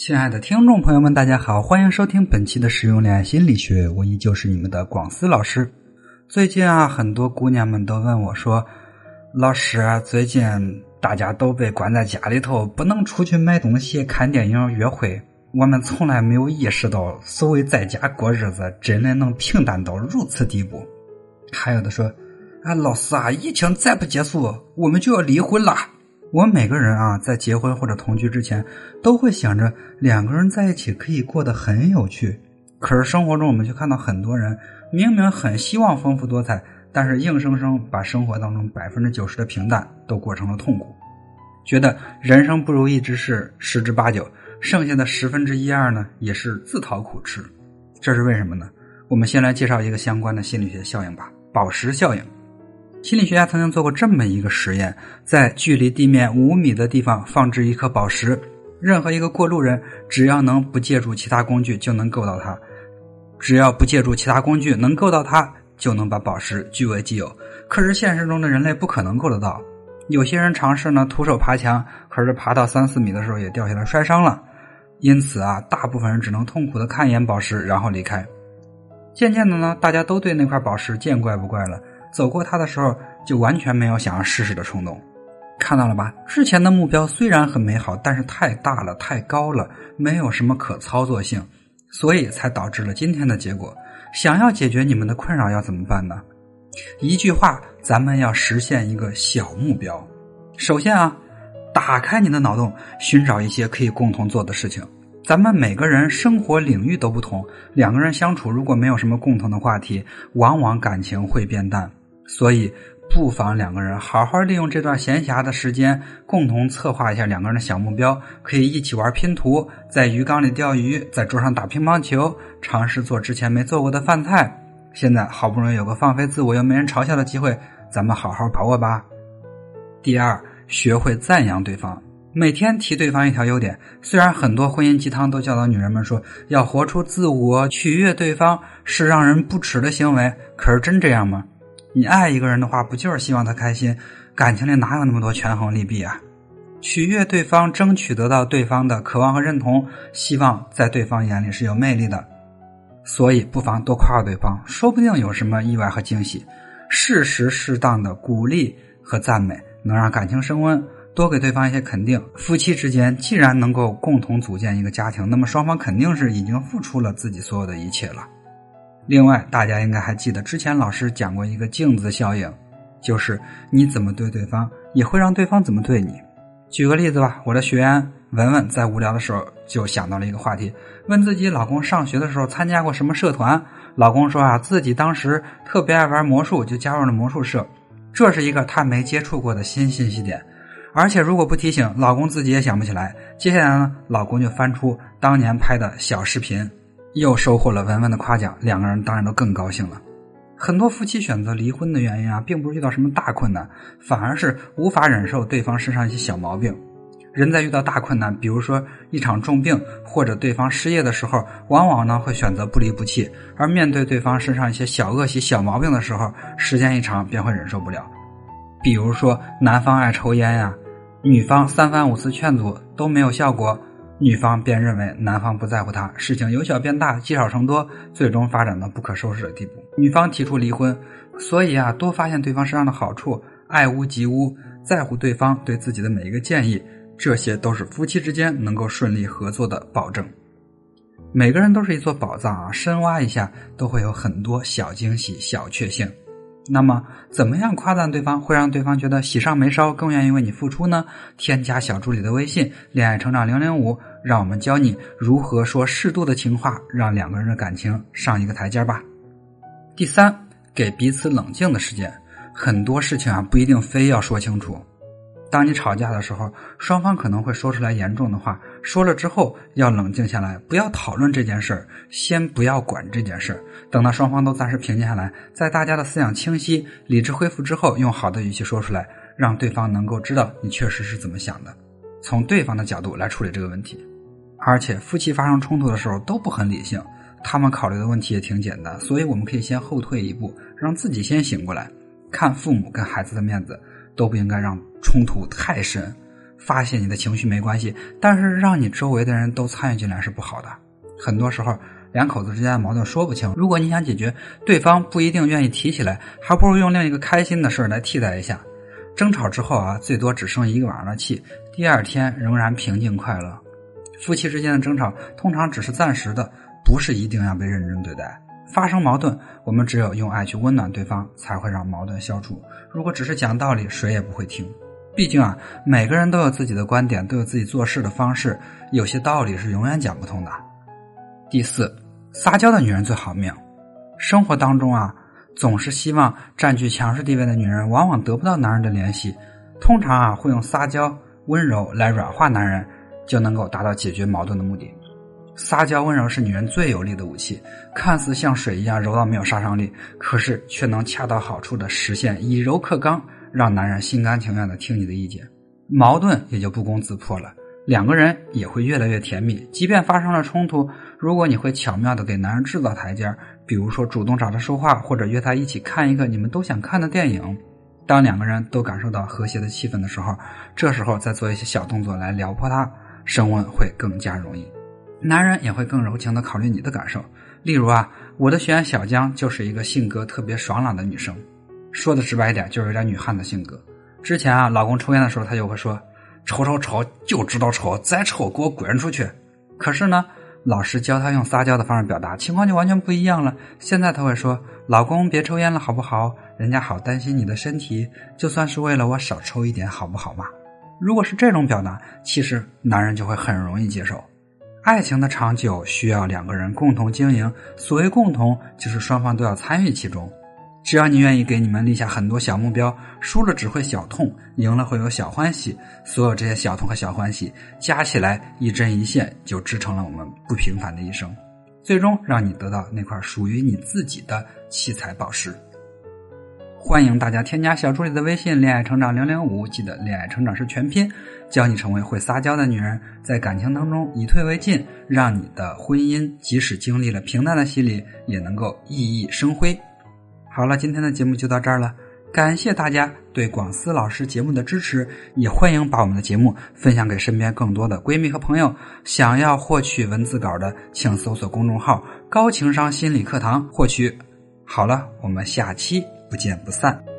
亲爱的听众朋友们，大家好，欢迎收听本期的实用恋爱心理学，我依旧是你们的广思老师。最近很多姑娘们都问我说，老师，最近大家都被关在家里头，不能出去买东西、看电影、约会，我们从来没有意识到所谓在家过日子真的能平淡到如此地步。还有的说，老师疫情再不结束，我们就要离婚了。我们每个人在结婚或者同居之前都会想着两个人在一起可以过得很有趣，可是生活中我们却看到很多人明明很希望丰富多彩，但是硬生生把生活当中 90% 的平淡都过成了痛苦，觉得人生不如意之事十之八九，剩下的1/2呢也是自讨苦吃。这是为什么呢？我们先来介绍一个相关的心理学效应吧，宝石效应。心理学家曾经做过这么一个实验，在距离地面5米的地方放置一颗宝石，任何一个过路人只要能不借助其他工具就能够到它，只要不借助其他工具能够到它，就能把宝石据为己有。可是现实中的人类不可能够得到，有些人尝试呢徒手爬墙，可是爬到3-4米的时候也掉下来摔伤了，因此大部分人只能痛苦的看一眼宝石然后离开。渐渐的呢，大家都对那块宝石见怪不怪了，走过它的时候就完全没有想要试试的冲动。看到了吧，之前的目标虽然很美好，但是太大了太高了，没有什么可操作性，所以才导致了今天的结果。想要解决你们的困扰要怎么办呢？一句话，咱们要实现一个小目标。首先打开你的脑洞，寻找一些可以共同做的事情。咱们每个人生活领域都不同，两个人相处如果没有什么共同的话题，往往感情会变淡。所以不妨两个人好好利用这段闲暇的时间，共同策划一下两个人的小目标，可以一起玩拼图，在鱼缸里钓鱼，在桌上打乒乓球，尝试做之前没做过的饭菜。现在好不容易有个放飞自我又没人嘲笑的机会，咱们好好把握吧。第二，学会赞扬对方，每天提对方一条优点。虽然很多婚姻鸡汤都教导女人们说要活出自我，取悦对方是让人不耻的行为，可是真这样吗？你爱一个人的话，不就是希望他开心？感情里哪有那么多权衡利弊啊？取悦对方，争取得到对方的渴望和认同，希望在对方眼里是有魅力的。所以不妨多夸夸对方，说不定有什么意外和惊喜。适时适当的鼓励和赞美能让感情升温，多给对方一些肯定。夫妻之间既然能够共同组建一个家庭，那么双方肯定是已经付出了自己所有的一切了。另外，大家应该还记得之前老师讲过一个镜子效应，就是你怎么对对方，也会让对方怎么对你。举个例子吧，我的学员文文在无聊的时候就想到了一个话题，问自己老公上学的时候参加过什么社团。老公说自己当时特别爱玩魔术，就加入了魔术社。这是一个他没接触过的新信息点，而且如果不提醒，老公自己也想不起来。接下来呢，老公就翻出当年拍的小视频，又收获了文文的夸奖，两个人当然都更高兴了。很多夫妻选择离婚的原因并不是遇到什么大困难，反而是无法忍受对方身上一些小毛病。人在遇到大困难，比如说一场重病或者对方失业的时候，往往呢会选择不离不弃，而面对对方身上一些小恶习小毛病的时候，时间一长便会忍受不了。比如说男方爱抽烟女方3番5次劝阻都没有效果，女方便认为男方不在乎她，事情由小变大，积少成多，最终发展到不可收拾的地步。女方提出离婚，所以多发现对方身上的好处，爱屋及乌，在乎对方对自己的每一个建议，这些都是夫妻之间能够顺利合作的保证。每个人都是一座宝藏深挖一下都会有很多小惊喜小确幸。那么怎么样夸赞对方会让对方觉得喜上眉梢，更愿意为你付出呢？添加小助理的微信恋爱成长005，让我们教你如何说适度的情话，让两个人的感情上一个台阶吧。第三，给彼此冷静的时间。很多事情不一定非要说清楚。当你吵架的时候，双方可能会说出来严重的话，说了之后要冷静下来，不要讨论这件事儿，先不要管这件事儿，等到双方都暂时平静下来，在大家的思想清晰理智恢复之后，用好的语气说出来，让对方能够知道你确实是怎么想的，从对方的角度来处理这个问题。而且夫妻发生冲突的时候都不很理性，他们考虑的问题也挺简单，所以我们可以先后退一步，让自己先醒过来。看父母跟孩子的面子，都不应该让冲突太深， 发泄你的情绪没关系，但是让你周围的人都参与进来是不好的。很多时候两口子之间的矛盾说不清，如果你想解决，对方不一定愿意提起来，还不如用另一个开心的事来替代一下。争吵之后啊，最多只生一个晚上的气，第二天仍然平静快乐。夫妻之间的争吵通常只是暂时的，不是一定要被认真对待。发生矛盾，我们只有用爱去温暖对方，才会让矛盾消除。如果只是讲道理，谁也不会听。毕竟啊，每个人都有自己的观点，都有自己做事的方式，有些道理是永远讲不通的。第四，撒娇的女人最好命。生活当中啊，总是希望占据强势地位的女人往往得不到男人的怜惜，通常啊会用撒娇温柔来软化男人，就能够达到解决矛盾的目的。撒娇温柔是女人最有力的武器，看似像水一样柔到没有杀伤力，可是却能恰到好处地实现以柔克刚，让男人心甘情愿地听你的意见，矛盾也就不攻自破了，两个人也会越来越甜蜜。即便发生了冲突，如果你会巧妙地给男人制造台阶，比如说主动找他说话，或者约他一起看一个你们都想看的电影，当两个人都感受到和谐的气氛的时候，这时候再做一些小动作来撩拨他，升温会更加容易。男人也会更柔情地考虑你的感受。例如啊，我的学员小江就是一个性格特别爽朗的女生，说的直白一点，就是有点女汉子性格。之前啊，老公抽烟的时候，她就会说丑丑丑，就知道丑，再丑给我滚出去。可是呢，老师教她用撒娇的方式表达，情况就完全不一样了。现在她会说，老公别抽烟了好不好，人家好担心你的身体，就算是为了我少抽一点好不好嘛。如果是这种表达，其实男人就会很容易接受。爱情的长久需要两个人共同经营，所谓共同就是双方都要参与其中。只要你愿意给你们立下很多小目标，输了只会小痛，赢了会有小欢喜，所有这些小痛和小欢喜加起来一针一线，就织成了我们不平凡的一生，最终让你得到那块属于你自己的七彩宝石。欢迎大家添加小助理的微信恋爱成长005，记得恋爱成长是全拼，教你成为会撒娇的女人，在感情当中以退为进，让你的婚姻即使经历了平淡的洗礼，也能够熠熠生辉。好了，今天的节目就到这儿了，感谢大家对广思老师节目的支持，也欢迎把我们的节目分享给身边更多的闺蜜和朋友。想要获取文字稿的，请搜索公众号高情商心理课堂获取。好了，我们下期不见不散。